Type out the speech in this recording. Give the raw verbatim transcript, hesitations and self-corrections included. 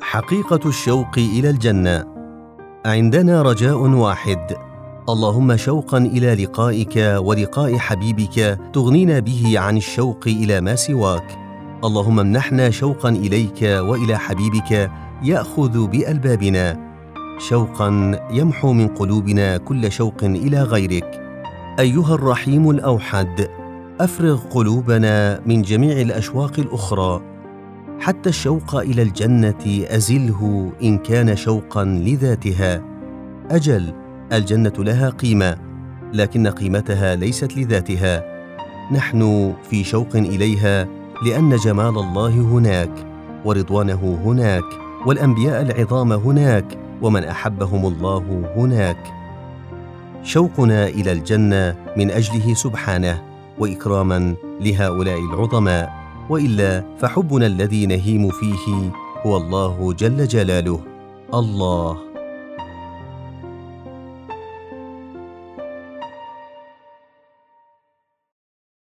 حقيقة الشوق إلى الجنة. عندنا رجاء واحد، اللهم شوقا إلى لقائك ولقاء حبيبك تغنينا به عن الشوق إلى ما سواك. اللهم امنحنا شوقا إليك وإلى حبيبك يأخذ بألبابنا، شوقا يمحو من قلوبنا كل شوق إلى غيرك. أيها الرحيم الأوحد، أفرغ قلوبنا من جميع الأشواق الأخرى، حتى الشوق إلى الجنة أزله إن كان شوقا لذاتها. أجل، الجنة لها قيمة، لكن قيمتها ليست لذاتها. نحن في شوق إليها لأن جمال الله هناك، ورضوانه هناك، والأنبياء العظام هناك، ومن أحبهم الله هناك. شوقنا إلى الجنة من أجله سبحانه، وإكراما لهؤلاء العظماء، وإلا فحبنا الذي نهيم فيه هو الله جل جلاله. الله